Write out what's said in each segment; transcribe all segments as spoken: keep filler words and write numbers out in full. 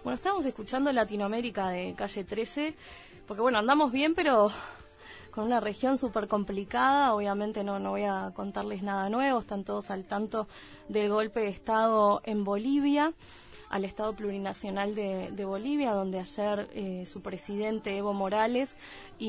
Bueno, estábamos escuchando Latinoamérica de Calle trece, porque bueno, andamos bien, pero con una región súper complicada. Obviamente no, no voy a contarles nada nuevo, están todos al tanto del golpe de Estado en Bolivia, al Estado Plurinacional de, de Bolivia, donde ayer eh, su presidente Evo Morales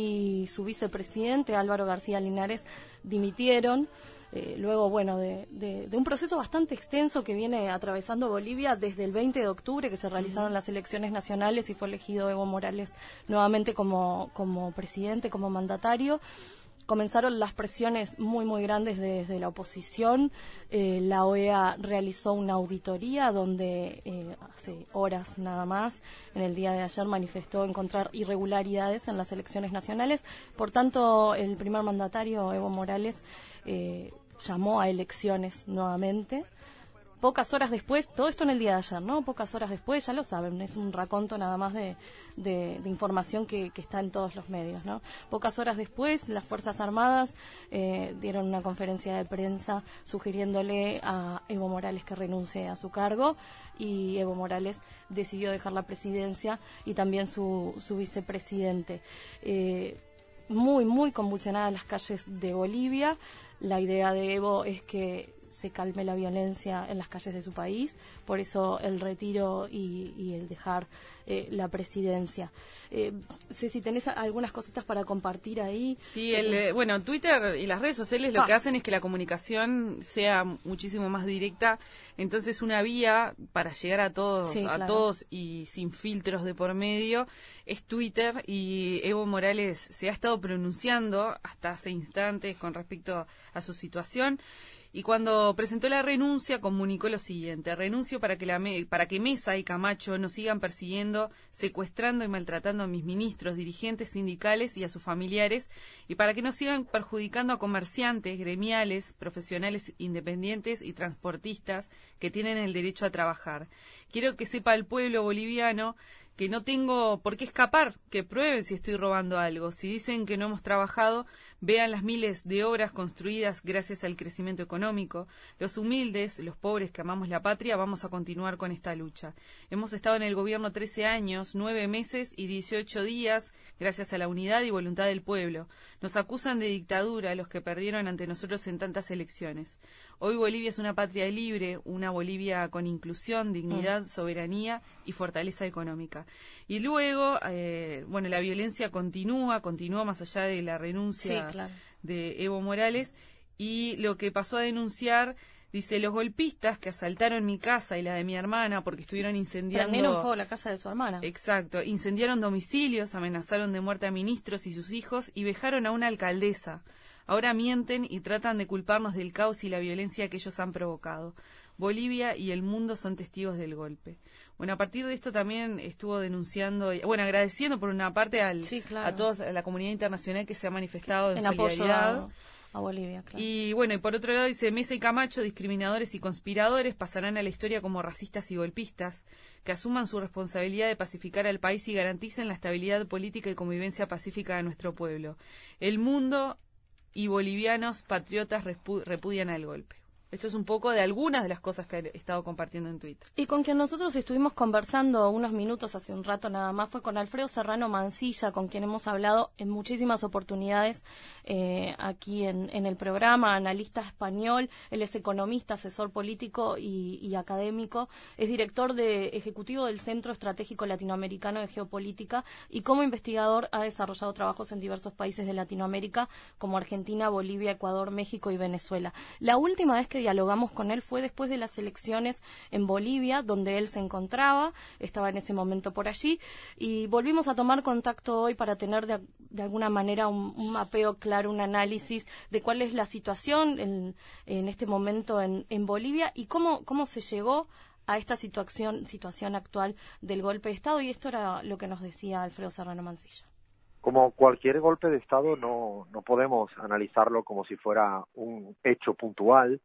y su vicepresidente Álvaro García Linares dimitieron. Eh, luego, bueno, de, de, de un proceso bastante extenso que viene atravesando Bolivia desde el veinte de octubre, que se realizaron uh-huh. las elecciones nacionales y fue elegido Evo Morales nuevamente como, como presidente, como mandatario. Comenzaron las presiones muy, muy grandes desde de la oposición. Eh, la O E A realizó una auditoría donde eh, hace horas nada más, en el día de ayer, manifestó encontrar irregularidades en las elecciones nacionales. Por tanto, el primer mandatario, Evo Morales, eh, llamó a elecciones nuevamente. Pocas horas después, todo esto en el día de ayer, ¿no? Pocas horas después, ya lo saben, es un raconto nada más de, de, de información que, que está en todos los medios, ¿no? Pocas horas después, las Fuerzas Armadas eh, dieron una conferencia de prensa sugiriéndole a Evo Morales que renuncie a su cargo, y Evo Morales decidió dejar la presidencia y también su, su vicepresidente. Eh, muy, muy convulsionadas las calles de Bolivia. La idea de Evo es que se calme la violencia en las calles de su país, por eso el retiro y, y el dejar eh, la presidencia. Eh, sé si tenés algunas cositas para compartir ahí. Sí, el, eh, bueno, Twitter y las redes sociales lo ah. que hacen es que la comunicación sea muchísimo más directa, entonces una vía para llegar a todos, sí, a claro. todos y sin filtros de por medio es Twitter, y Evo Morales se ha estado pronunciando hasta hace instantes con respecto a su situación. Y cuando presentó la renuncia comunicó lo siguiente: renuncio para que, la me para que Mesa y Camacho no sigan persiguiendo, secuestrando y maltratando a mis ministros, dirigentes sindicales y a sus familiares, y para que no sigan perjudicando a comerciantes, gremiales, profesionales independientes y transportistas que tienen el derecho a trabajar. Quiero que sepa el pueblo boliviano que no tengo por qué escapar, que prueben si estoy robando algo. Si dicen que no hemos trabajado, vean las miles de obras construidas gracias al crecimiento económico. Los humildes, los pobres que amamos la patria, vamos a continuar con esta lucha. Hemos estado en el gobierno trece años, nueve meses y dieciocho días, gracias a la unidad y voluntad del pueblo. Nos acusan de dictadura los que perdieron ante nosotros en tantas elecciones. Hoy Bolivia es una patria libre, una Bolivia con inclusión, dignidad, soberanía y fortaleza económica. Y luego, eh, bueno, la violencia continúa, continúa más allá de la renuncia sí, claro. de Evo Morales, y lo que pasó a denunciar, dice: los golpistas que asaltaron mi casa y la de mi hermana porque estuvieron incendiando... Prendieron fuego la casa de su hermana. Exacto, incendiaron domicilios, amenazaron de muerte a ministros y sus hijos y vejaron a una alcaldesa. Ahora mienten y tratan de culparnos del caos y la violencia que ellos han provocado. Bolivia y el mundo son testigos del golpe. Bueno, a partir de esto también estuvo denunciando, bueno, agradeciendo por una parte al, sí, claro. a toda a la comunidad internacional que se ha manifestado en, en solidaridad. Apoyo a, a Bolivia, claro. Y bueno, y por otro lado dice: Mesa y Camacho, discriminadores y conspiradores, pasarán a la historia como racistas y golpistas, que asuman su responsabilidad de pacificar al país y garanticen la estabilidad política y convivencia pacífica de nuestro pueblo. El mundo y bolivianos patriotas repu repudian al golpe. Esto es un poco de algunas de las cosas que he estado compartiendo en Twitter. Y con quien nosotros estuvimos conversando unos minutos hace un rato nada más fue con Alfredo Serrano Mancilla, con quien hemos hablado en muchísimas oportunidades eh, aquí en, en el programa, analista español. Él es economista, asesor político y, y académico, es director de, ejecutivo del Centro Estratégico Latinoamericano de Geopolítica, y como investigador ha desarrollado trabajos en diversos países de Latinoamérica como Argentina, Bolivia, Ecuador, México y Venezuela. La última vez que dialogamos con él fue después de las elecciones en Bolivia, donde él se encontraba, estaba en ese momento por allí, y volvimos a tomar contacto hoy para tener de, de alguna manera un, un mapeo claro, un análisis de cuál es la situación en, en este momento en, en Bolivia y cómo, cómo se llegó a esta situación, situación actual del golpe de Estado, y esto era lo que nos decía Alfredo Serrano Mancilla. Como cualquier golpe de Estado, no, no podemos analizarlo como si fuera un hecho puntual,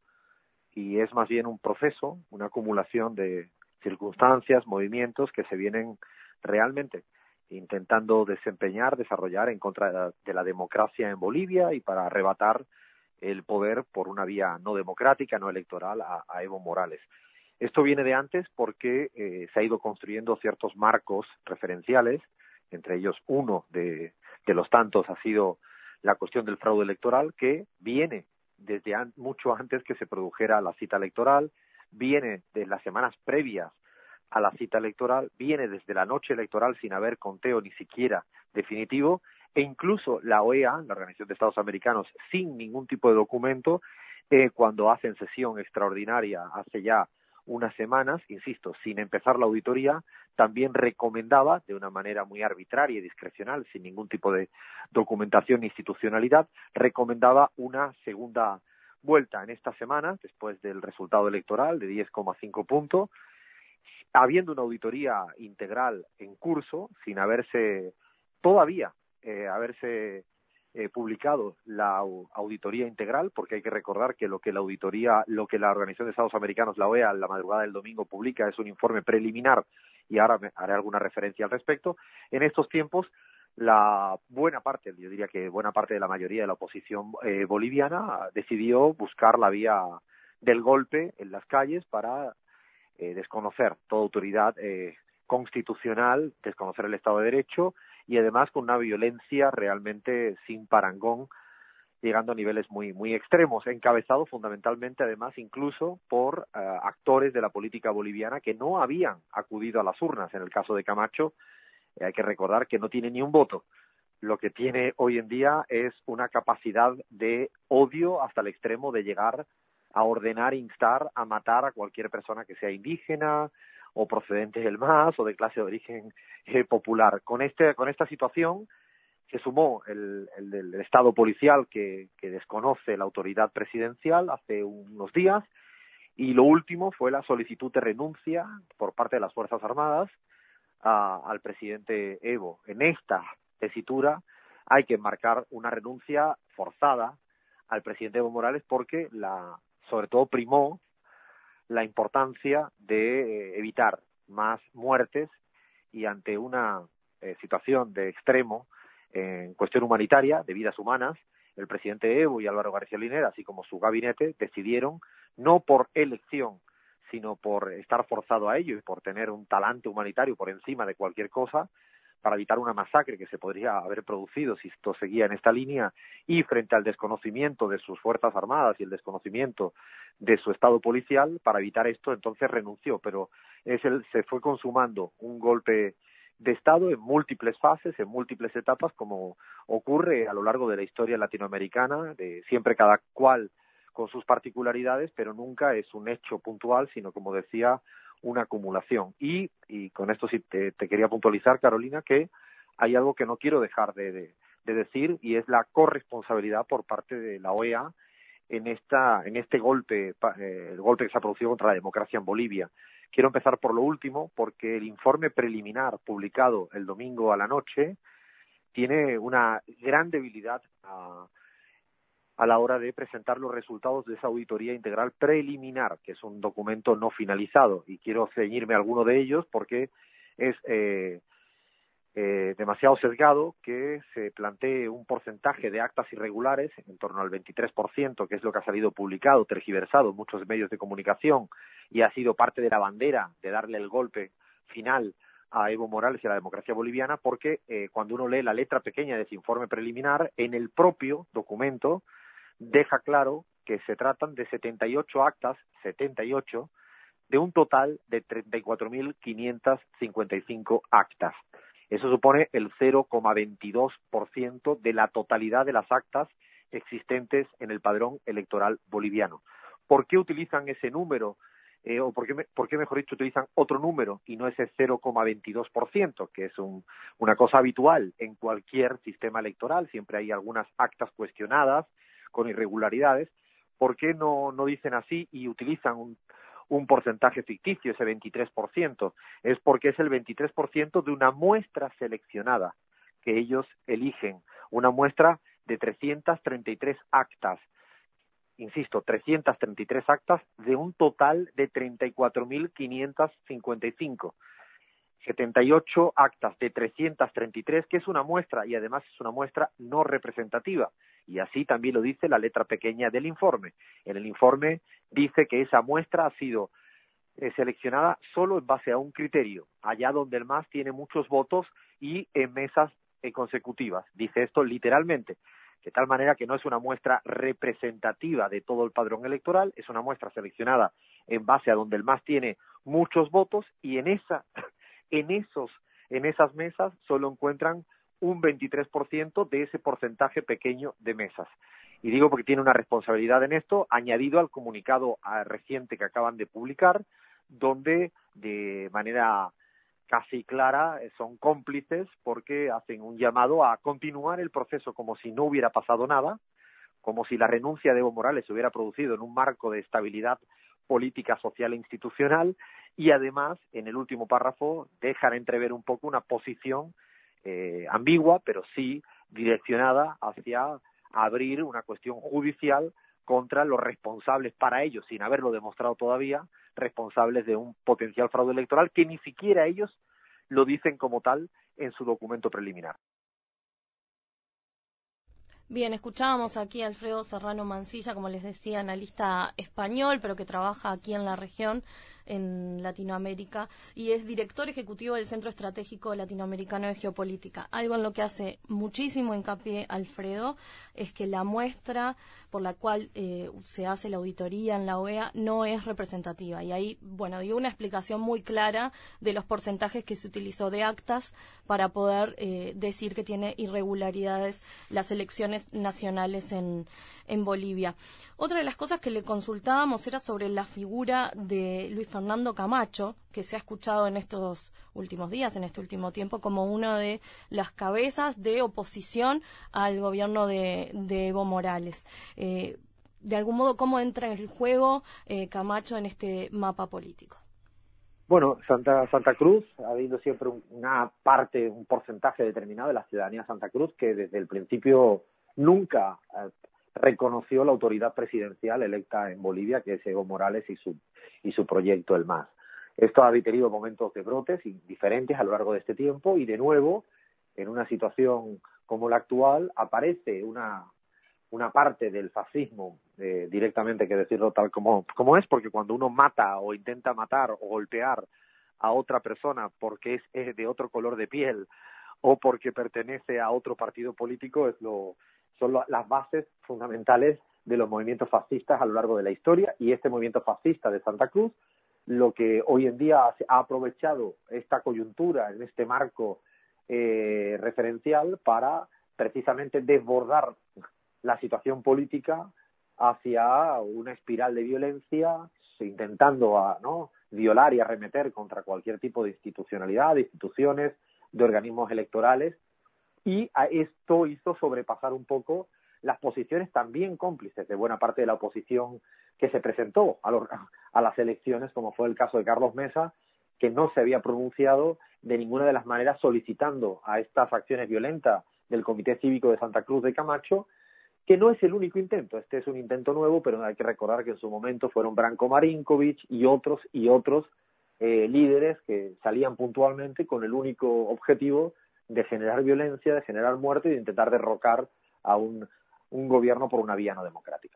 y es más bien un proceso, una acumulación de circunstancias, movimientos que se vienen realmente intentando desempeñar, desarrollar en contra de la democracia en Bolivia y para arrebatar el poder por una vía no democrática, no electoral a, a Evo Morales. Esto viene de antes porque eh, se ha ido construyendo ciertos marcos referenciales, entre ellos uno de, de los tantos ha sido la cuestión del fraude electoral, que viene desde an- mucho antes que se produjera la cita electoral, viene de las semanas previas a la cita electoral, viene desde la noche electoral sin haber conteo ni siquiera definitivo, e incluso la O E A, la Organización de Estados Americanos, sin ningún tipo de documento, eh, cuando hacen sesión extraordinaria hace ya unas semanas, insisto, sin empezar la auditoría, también recomendaba, de una manera muy arbitraria y discrecional, sin ningún tipo de documentación ni institucionalidad, recomendaba una segunda vuelta en esta semana, después del resultado electoral de diez coma cinco puntos, habiendo una auditoría integral en curso, sin haberse todavía eh, haberse eh, publicado la auditoría integral, porque hay que recordar que lo que la auditoría, lo que la Organización de Estados Americanos, la O E A, en la madrugada del domingo publica es un informe preliminar, y ahora me haré alguna referencia al respecto. En estos tiempos, la buena parte, yo diría que buena parte de la mayoría de la oposición eh, boliviana decidió buscar la vía del golpe en las calles para eh, desconocer toda autoridad eh, constitucional, desconocer el Estado de Derecho, y además con una violencia realmente sin parangón, llegando a niveles muy muy extremos, encabezado fundamentalmente además incluso por uh, actores de la política boliviana que no habían acudido a las urnas. En el caso de Camacho, eh, hay que recordar que no tiene ni un voto. Lo que tiene hoy en día es una capacidad de odio hasta el extremo de llegar a ordenar, instar a matar a cualquier persona que sea indígena o procedente del M A S o de clase de origen eh, popular. Con este con esta situación se sumó el, el, el Estado policial que, que desconoce la autoridad presidencial hace unos días, y lo último fue la solicitud de renuncia por parte de las Fuerzas Armadas a, al presidente Evo. En esta tesitura hay que marcar una renuncia forzada al presidente Evo Morales porque la sobre todo primó la importancia de eh, evitar más muertes, y ante una eh, situación de extremo en cuestión humanitaria, de vidas humanas, el presidente Evo y Álvaro García Linera, así como su gabinete, decidieron, no por elección, sino por estar forzado a ello y por tener un talante humanitario por encima de cualquier cosa, para evitar una masacre que se podría haber producido si esto seguía en esta línea, y frente al desconocimiento de sus Fuerzas Armadas y el desconocimiento de su Estado policial, para evitar esto, entonces renunció. Pero es el, se fue consumando un golpe de Estado en múltiples fases, en múltiples etapas, como ocurre a lo largo de la historia latinoamericana, de siempre cada cual con sus particularidades, pero nunca es un hecho puntual, sino, como decía, una acumulación. Y, y con esto sí te, te quería puntualizar, Carolina, que hay algo que no quiero dejar de, de, de decir, y es la corresponsabilidad por parte de la O E A en esta en este golpe, eh, el golpe que se ha producido contra la democracia en Bolivia. Quiero empezar por lo último, porque el informe preliminar publicado el domingo a la noche tiene una gran debilidad a, a la hora de presentar los resultados de esa auditoría integral preliminar, que es un documento no finalizado, y quiero ceñirme a alguno de ellos porque es eh, eh, demasiado sesgado que se plantee un porcentaje de actas irregulares en torno al veintitrés por ciento, que es lo que ha salido publicado, tergiversado en muchos medios de comunicación, y ha sido parte de la bandera de darle el golpe final a Evo Morales y a la democracia boliviana, porque eh, cuando uno lee la letra pequeña de ese informe preliminar, en el propio documento deja claro que se tratan de setenta y ocho actas, setenta y ocho, de un total de treinta y cuatro mil quinientas cincuenta y cinco actas. Eso supone el cero coma veintidós por ciento de la totalidad de las actas existentes en el padrón electoral boliviano. ¿Por qué utilizan ese número? Eh, o por qué, por qué, mejor dicho, utilizan otro número y no ese cero coma veintidós por ciento, que es un, una cosa habitual en cualquier sistema electoral? Siempre hay algunas actas cuestionadas con irregularidades. ¿Por qué no, no dicen así y utilizan un, un porcentaje ficticio, ese veintitrés por ciento? Es porque es el veintitrés por ciento de una muestra seleccionada que ellos eligen, una muestra de trescientas treinta y tres actas. Insisto, trescientas treinta y tres actas de un total de treinta y cuatro mil quinientas cincuenta y cinco. setenta y ocho actas de trescientas treinta y tres, que es una muestra, y además es una muestra no representativa. Y así también lo dice la letra pequeña del informe. En el informe dice que esa muestra ha sido eh, seleccionada solo en base a un criterio, allá donde el M A S tiene muchos votos y en mesas eh, consecutivas. Dice esto literalmente, de tal manera que no es una muestra representativa de todo el padrón electoral, es una muestra seleccionada en base a donde el M A S tiene muchos votos y en esa, en esos, en esas mesas solo encuentran un veintitrés por ciento de ese porcentaje pequeño de mesas. Y digo porque tiene una responsabilidad en esto, añadido al comunicado reciente que acaban de publicar, donde de manera casi clara son cómplices porque hacen un llamado a continuar el proceso como si no hubiera pasado nada, como si la renuncia de Evo Morales se hubiera producido en un marco de estabilidad política, social e institucional, y además, en el último párrafo, dejan entrever un poco una posición eh, ambigua, pero sí direccionada hacia abrir una cuestión judicial contra los responsables para ellos, sin haberlo demostrado todavía, responsables de un potencial fraude electoral que ni siquiera ellos lo dicen como tal en su documento preliminar. Bien, escuchábamos aquí a Alfredo Serrano Mancilla, como les decía, analista español, pero que trabaja aquí en la región, en Latinoamérica, y es director ejecutivo del Centro Estratégico Latinoamericano de Geopolítica. Algo en lo que hace muchísimo hincapié Alfredo es que la muestra por la cual eh, se hace la auditoría en la O E A no es representativa. Y ahí, bueno, dio una explicación muy clara de los porcentajes que se utilizó de actas para poder eh, decir que tiene irregularidades las elecciones nacionales en, en Bolivia. Otra de las cosas que le consultábamos era sobre la figura de Luis Fernando Camacho, que se ha escuchado en estos últimos días, en este último tiempo, como una de las cabezas de oposición al gobierno de, de Evo Morales. Eh, de algún modo, ¿cómo entra en el juego eh, Camacho en este mapa político? Bueno, Santa, Santa Cruz ha habido siempre un, una parte, un porcentaje determinado de la ciudadanía de Santa Cruz que desde el principio nunca eh, reconoció la autoridad presidencial electa en Bolivia, que es Evo Morales y su, y su proyecto, el M A S. Esto ha tenido momentos de brotes diferentes a lo largo de este tiempo y, de nuevo, en una situación como la actual, aparece una, una parte del fascismo, eh, directamente, que decirlo tal como, como es, porque cuando uno mata o intenta matar o golpear a otra persona porque es, es de otro color de piel o porque pertenece a otro partido político, es lo, son lo, las bases fundamentales de los movimientos fascistas a lo largo de la historia, y este movimiento fascista de Santa Cruz lo que hoy en día ha aprovechado esta coyuntura en este marco eh, referencial para precisamente desbordar la situación política hacia una espiral de violencia, intentando a, ¿no? violar y arremeter contra cualquier tipo de institucionalidad, de instituciones, de organismos electorales, y a esto hizo sobrepasar un poco las posiciones también cómplices de buena parte de la oposición que se presentó a, los, a las elecciones, como fue el caso de Carlos Mesa, que no se había pronunciado de ninguna de las maneras solicitando a estas acciones violentas del Comité Cívico de Santa Cruz de Camacho, que no es el único intento. Este es un intento nuevo, pero hay que recordar que en su momento fueron Branko Marinkovic y otros y otros eh, líderes que salían puntualmente con el único objetivo de generar violencia, de generar muerte y de intentar derrocar a un, un gobierno por una vía no democrática.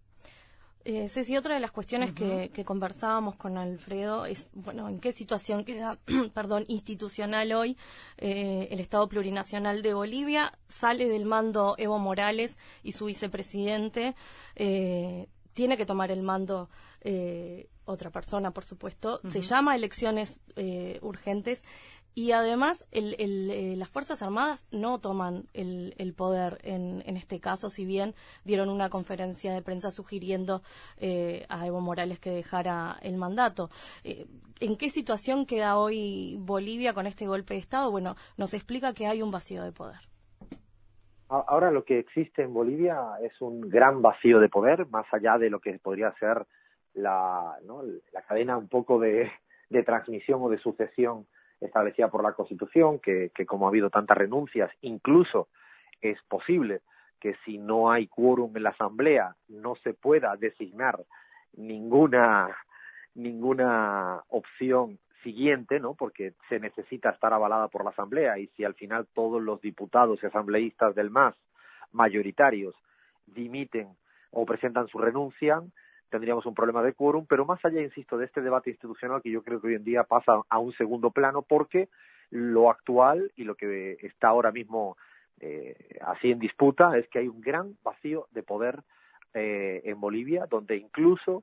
Eh, Ceci, otra de las cuestiones uh-huh. que, que conversábamos con Alfredo es, bueno, en qué situación queda, perdón, institucional hoy eh, el Estado Plurinacional de Bolivia. Sale del mando Evo Morales y su vicepresidente. Eh, tiene que tomar el mando eh, otra persona, por supuesto. Uh-huh. Se llama elecciones eh, urgentes. Y además, el, el, eh, las Fuerzas Armadas no toman el, el poder en, en este caso, si bien dieron una conferencia de prensa sugiriendo eh, a Evo Morales que dejara el mandato. Eh, ¿En qué situación queda hoy Bolivia con este golpe de Estado? Bueno, nos explica que hay un vacío de poder. Ahora lo que existe en Bolivia es un gran vacío de poder, más allá de lo que podría ser la, ¿no? la cadena un poco de, de transmisión o de sucesión establecida por la Constitución, que, que como ha habido tantas renuncias, incluso es posible que si no hay quórum en la Asamblea no se pueda designar ninguna ninguna opción siguiente, ¿no? Porque se necesita estar avalada por la Asamblea, y si al final todos los diputados y asambleístas del M A S mayoritarios dimiten o presentan su renuncia, tendríamos un problema de quórum, pero más allá, insisto, de este debate institucional que yo creo que hoy en día pasa a un segundo plano, porque lo actual y lo que está ahora mismo eh, así en disputa es que hay un gran vacío de poder eh, en Bolivia, donde incluso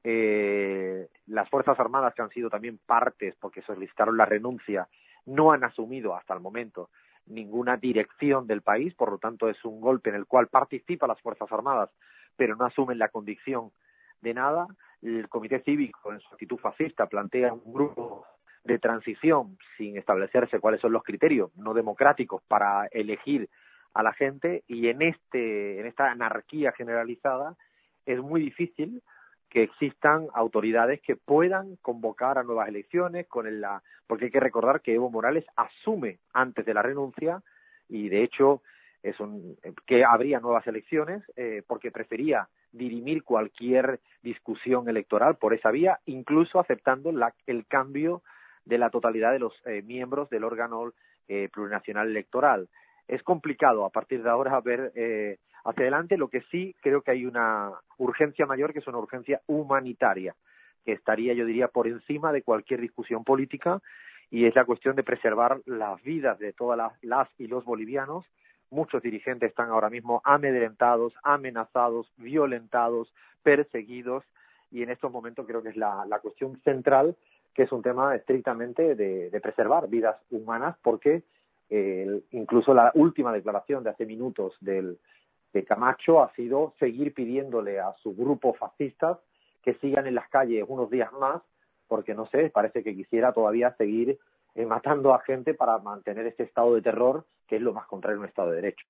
eh, las Fuerzas Armadas, que han sido también partes porque solicitaron la renuncia, no han asumido hasta el momento ninguna dirección del país, por lo tanto es un golpe en el cual participan las Fuerzas Armadas, pero no asumen la condición de nada. El Comité Cívico, en su actitud fascista, plantea un grupo de transición sin establecerse cuáles son los criterios no democráticos para elegir a la gente, y en este en esta anarquía generalizada es muy difícil que existan autoridades que puedan convocar a nuevas elecciones, con el, la, porque hay que recordar que Evo Morales asume antes de la renuncia, y de hecho es un, que habría nuevas elecciones eh, porque prefería dirimir cualquier discusión electoral por esa vía, incluso aceptando la, el cambio de la totalidad de los eh, miembros del órgano eh, plurinacional electoral. Es complicado a partir de ahora ver eh, hacia adelante. Lo que sí creo que hay una urgencia mayor, que es una urgencia humanitaria, que estaría, yo diría, por encima de cualquier discusión política, y es la cuestión de preservar las vidas de todas las, las y los bolivianos. Muchos dirigentes están ahora mismo amedrentados, amenazados, violentados, perseguidos, y en estos momentos creo que es la, la cuestión central, que es un tema estrictamente de, de preservar vidas humanas, porque eh, incluso la última declaración de hace minutos del, de Camacho ha sido seguir pidiéndole a su grupo fascistas que sigan en las calles unos días más, porque no sé, parece que quisiera todavía seguir eh, matando a gente para mantener este estado de terror, que es lo más contrario a un estado de derecho.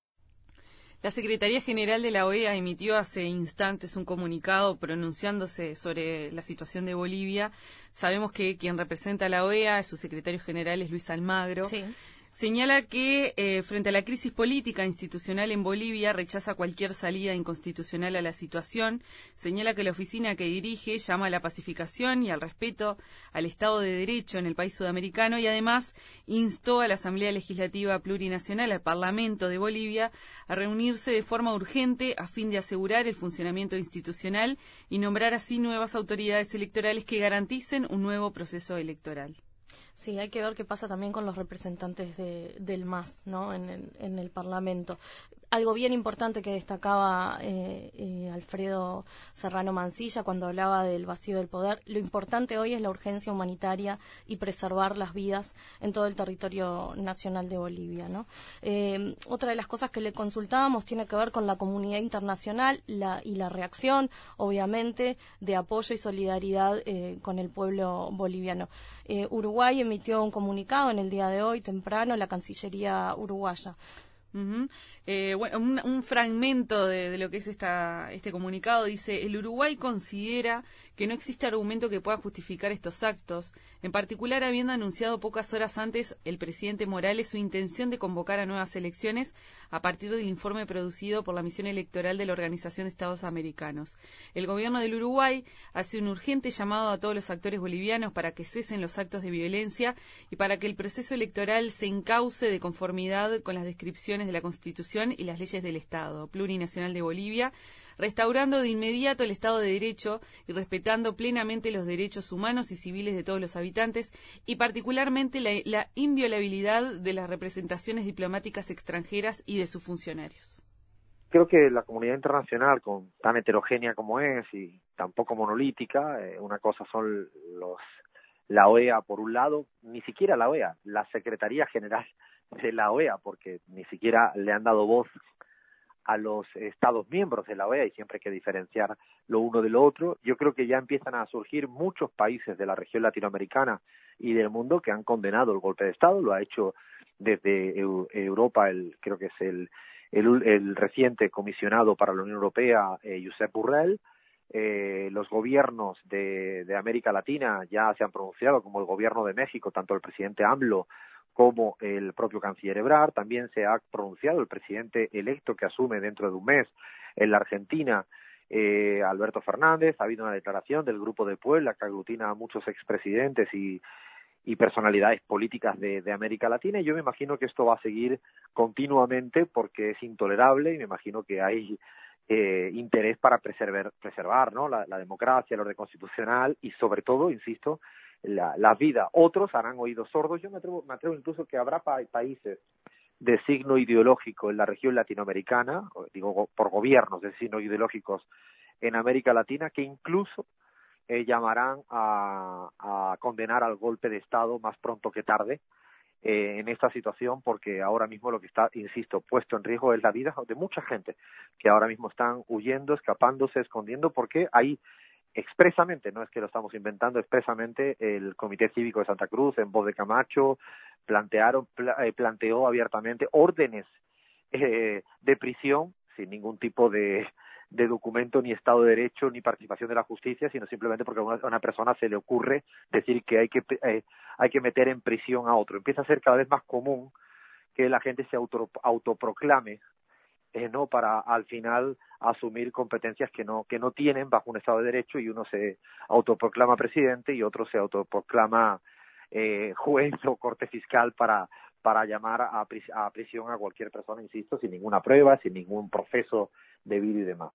La Secretaría General de la O E A emitió hace instantes un comunicado pronunciándose sobre la situación de Bolivia. Sabemos que quien representa a la O E A, su secretario general es Luis Almagro. Sí. Señala que eh, frente a la crisis política e institucional en Bolivia rechaza cualquier salida inconstitucional a la situación. Señala que la oficina que dirige llama a la pacificación y al respeto al Estado de Derecho en el país sudamericano, y además instó a la Asamblea Legislativa Plurinacional, al Parlamento de Bolivia, a reunirse de forma urgente a fin de asegurar el funcionamiento institucional y nombrar así nuevas autoridades electorales que garanticen un nuevo proceso electoral. Sí, hay que ver qué pasa también con los representantes de, del M A S, ¿no? En el, en el Parlamento. Algo bien importante que destacaba eh, eh, Alfredo Serrano Mancilla cuando hablaba del vacío del poder, lo importante hoy es la urgencia humanitaria y preservar las vidas en todo el territorio nacional de Bolivia, ¿no? Eh, otra de las cosas que le consultábamos tiene que ver con la comunidad internacional la, y la reacción, obviamente, de apoyo y solidaridad eh, con el pueblo boliviano. Eh, Uruguay emitió un comunicado en el día de hoy, temprano, la Cancillería uruguaya. Uh-huh. Eh, bueno, un, un fragmento de, de lo que es esta, este comunicado dice: el Uruguay considera que no existe argumento que pueda justificar estos actos, en particular habiendo anunciado pocas horas antes el presidente Morales su intención de convocar a nuevas elecciones a partir del informe producido por la misión electoral de la Organización de Estados Americanos. El gobierno del Uruguay hace un urgente llamado a todos los actores bolivianos para que cesen los actos de violencia y para que el proceso electoral se encauce de conformidad con las descripciones de la Constitución y las leyes del Estado Plurinacional de Bolivia, restaurando de inmediato el Estado de Derecho y respetando plenamente los derechos humanos y civiles de todos los habitantes, y particularmente la, la inviolabilidad de las representaciones diplomáticas extranjeras y de sus funcionarios. Creo que la comunidad internacional, con tan heterogénea como es y tan poco monolítica, eh, una cosa son los la O E A por un lado, ni siquiera la O E A, la Secretaría General de la O E A, porque ni siquiera le han dado voz a los Estados miembros de la O E A, y siempre hay que diferenciar lo uno de lo otro. Yo creo que ya empiezan a surgir muchos países de la región latinoamericana y del mundo que han condenado el golpe de Estado. Lo ha hecho desde Europa, el, creo que es el, el, el reciente comisionado para la Unión Europea, eh, Josep Borrell. Eh, los gobiernos de, de América Latina ya se han pronunciado, como el gobierno de México, tanto el presidente AMLO como el propio canciller Ebrard. También se ha pronunciado el presidente electo que asume dentro de un mes en la Argentina, eh, Alberto Fernández. Ha habido una declaración del Grupo de Puebla que aglutina a muchos expresidentes y, y personalidades políticas de, de América Latina, y yo me imagino que esto va a seguir continuamente porque es intolerable, y me imagino que hay eh, interés para preservar, preservar ¿no? la, la democracia, el orden constitucional y sobre todo, insisto, la, la vida. Otros harán oídos sordos. Yo me atrevo, me atrevo incluso que habrá pa países de signo ideológico en la región latinoamericana, digo por gobiernos de signo ideológicos en América Latina, que incluso eh, llamarán a, a condenar al golpe de Estado más pronto que tarde eh, en esta situación, porque ahora mismo lo que está, insisto, puesto en riesgo es la vida de mucha gente que ahora mismo están huyendo, escapándose, escondiendo, porque hay expresamente, no es que lo estamos inventando, expresamente el Comité Cívico de Santa Cruz, en voz de Camacho, plantearon, pla, eh, planteó abiertamente órdenes eh, de prisión sin ningún tipo de, de documento, ni Estado de Derecho, ni participación de la justicia, sino simplemente porque a una, a una persona se le ocurre decir que hay que eh, hay que meter en prisión a otro. Empieza a ser cada vez más común que la gente se auto, autoproclame Eh, no para al final asumir competencias que no que no tienen bajo un Estado de Derecho, y uno se autoproclama presidente y otro se autoproclama eh, juez o corte fiscal para para llamar a, pris a prisión a cualquier persona, insisto, sin ninguna prueba, sin ningún proceso debido y demás.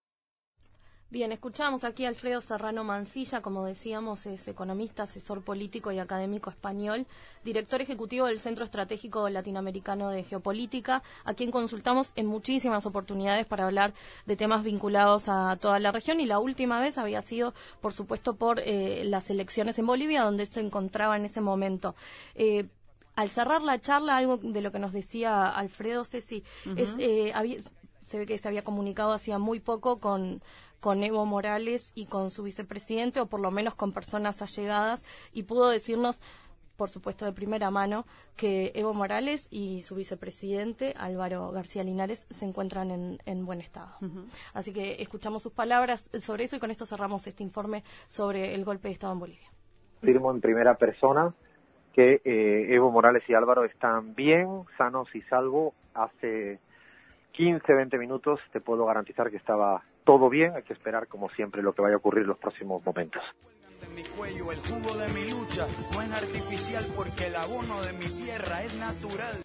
Bien, escuchamos aquí a Alfredo Serrano Mansilla, como decíamos, es economista, asesor político y académico español, director ejecutivo del Centro Estratégico Latinoamericano de Geopolítica, a quien consultamos en muchísimas oportunidades para hablar de temas vinculados a toda la región, y la última vez había sido, por supuesto, por eh, las elecciones en Bolivia, donde se encontraba en ese momento. Eh, al cerrar la charla, algo de lo que nos decía Alfredo, Ceci, uh-huh. es, eh, había, se ve que se había comunicado hacía muy poco con... con Evo Morales y con su vicepresidente, o por lo menos con personas allegadas, y pudo decirnos, por supuesto de primera mano, que Evo Morales y su vicepresidente, Álvaro García Linares, se encuentran en, en buen estado. Uh-huh. Así que escuchamos sus palabras sobre eso, y con esto cerramos este informe sobre el golpe de Estado en Bolivia. Firmo en primera persona que eh, Evo Morales y Álvaro están bien, sanos y salvos. Hace quince, veinte minutos te puedo garantizar que estaba todo bien. Hay que esperar, como siempre, lo que vaya a ocurrir en los próximos momentos. Mi cuello, el jugo de mi lucha no es artificial, porque el abono de mi tierra es natural.